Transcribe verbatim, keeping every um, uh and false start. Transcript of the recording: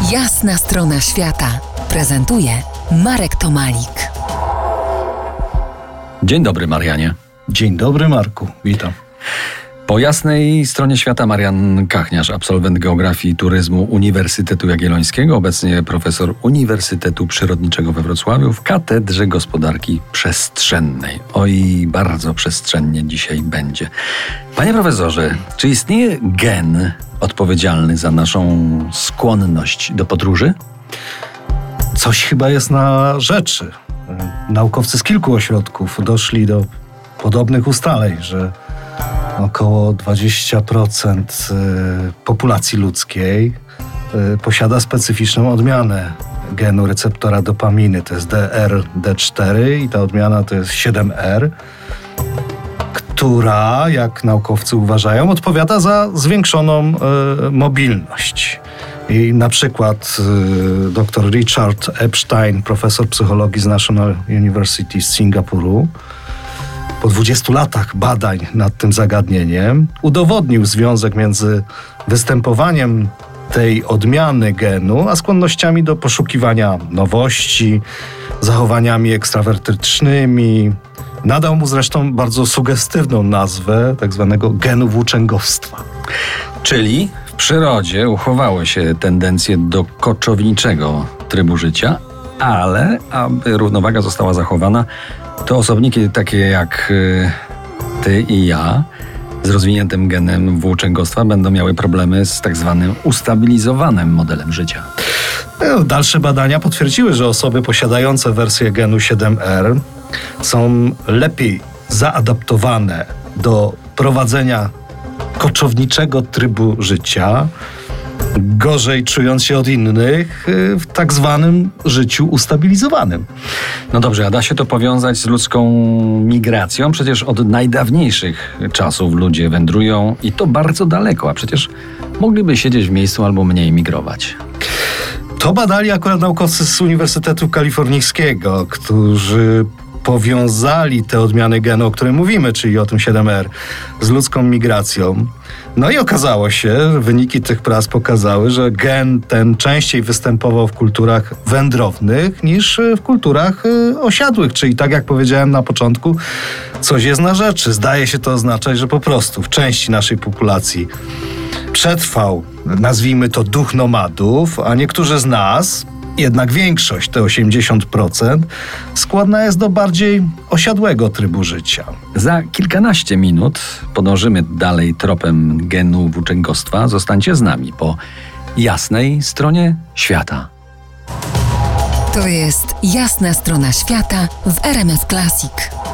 Jasna strona świata prezentuje Marek Tomalik. Dzień dobry, Marianie. Dzień dobry, Marku. Witam. Po jasnej stronie świata Marian Kachniarz, absolwent geografii i turyzmu Uniwersytetu Jagiellońskiego, obecnie profesor Uniwersytetu Przyrodniczego we Wrocławiu w Katedrze Gospodarki Przestrzennej. Oj, bardzo przestrzennie dzisiaj będzie. Panie profesorze, czy istnieje gen odpowiedzialny za naszą skłonność do podróży? Coś chyba jest na rzeczy. Naukowcy z kilku ośrodków doszli do podobnych ustaleń, że około dwadzieścia procent populacji ludzkiej posiada specyficzną odmianę genu receptora dopaminy. To jest D R D cztery i ta odmiana to jest siedem R, która, jak naukowcy uważają, odpowiada za zwiększoną mobilność. I na przykład y, dr Richard Epstein, profesor psychologii z National University z Singapuru, po dwudziestu latach badań nad tym zagadnieniem udowodnił związek między występowaniem tej odmiany genu, a skłonnościami do poszukiwania nowości, zachowaniami ekstrawertycznymi. Nadał mu zresztą bardzo sugestywną nazwę tak zwanego genu włóczęgostwa. Czyli w przyrodzie uchowały się tendencje do koczowniczego trybu życia, ale aby równowaga została zachowana, to osobniki takie jak y, ty i ja z rozwiniętym genem włóczęgostwa będą miały problemy z tak zwanym ustabilizowanym modelem życia. Dalsze badania potwierdziły, że osoby posiadające wersję genu siedem R są lepiej zaadaptowane do prowadzenia koczowniczego trybu życia, gorzej czując się od innych w tak zwanym życiu ustabilizowanym. No dobrze, a da się to powiązać z ludzką migracją? Przecież od najdawniejszych czasów ludzie wędrują i to bardzo daleko, a przecież mogliby siedzieć w miejscu albo mniej migrować. To badali akurat naukowcy z Uniwersytetu Kalifornijskiego, którzy powiązali te odmiany genu, o którym mówimy, czyli o tym siedem R, z ludzką migracją. No i okazało się, że wyniki tych prac pokazały, że gen ten częściej występował w kulturach wędrownych niż w kulturach osiadłych. Czyli tak jak powiedziałem na początku, coś jest na rzeczy. Zdaje się to oznaczać, że po prostu w części naszej populacji przetrwał, nazwijmy to, duch nomadów, a niektórzy z nas, jednak większość, te osiemdziesiąt procent, skłonna jest do bardziej osiadłego trybu życia. Za kilkanaście minut podążymy dalej tropem genu włóczęgostwa. Zostańcie z nami po jasnej stronie świata. To jest Jasna strona świata w R M F Classic.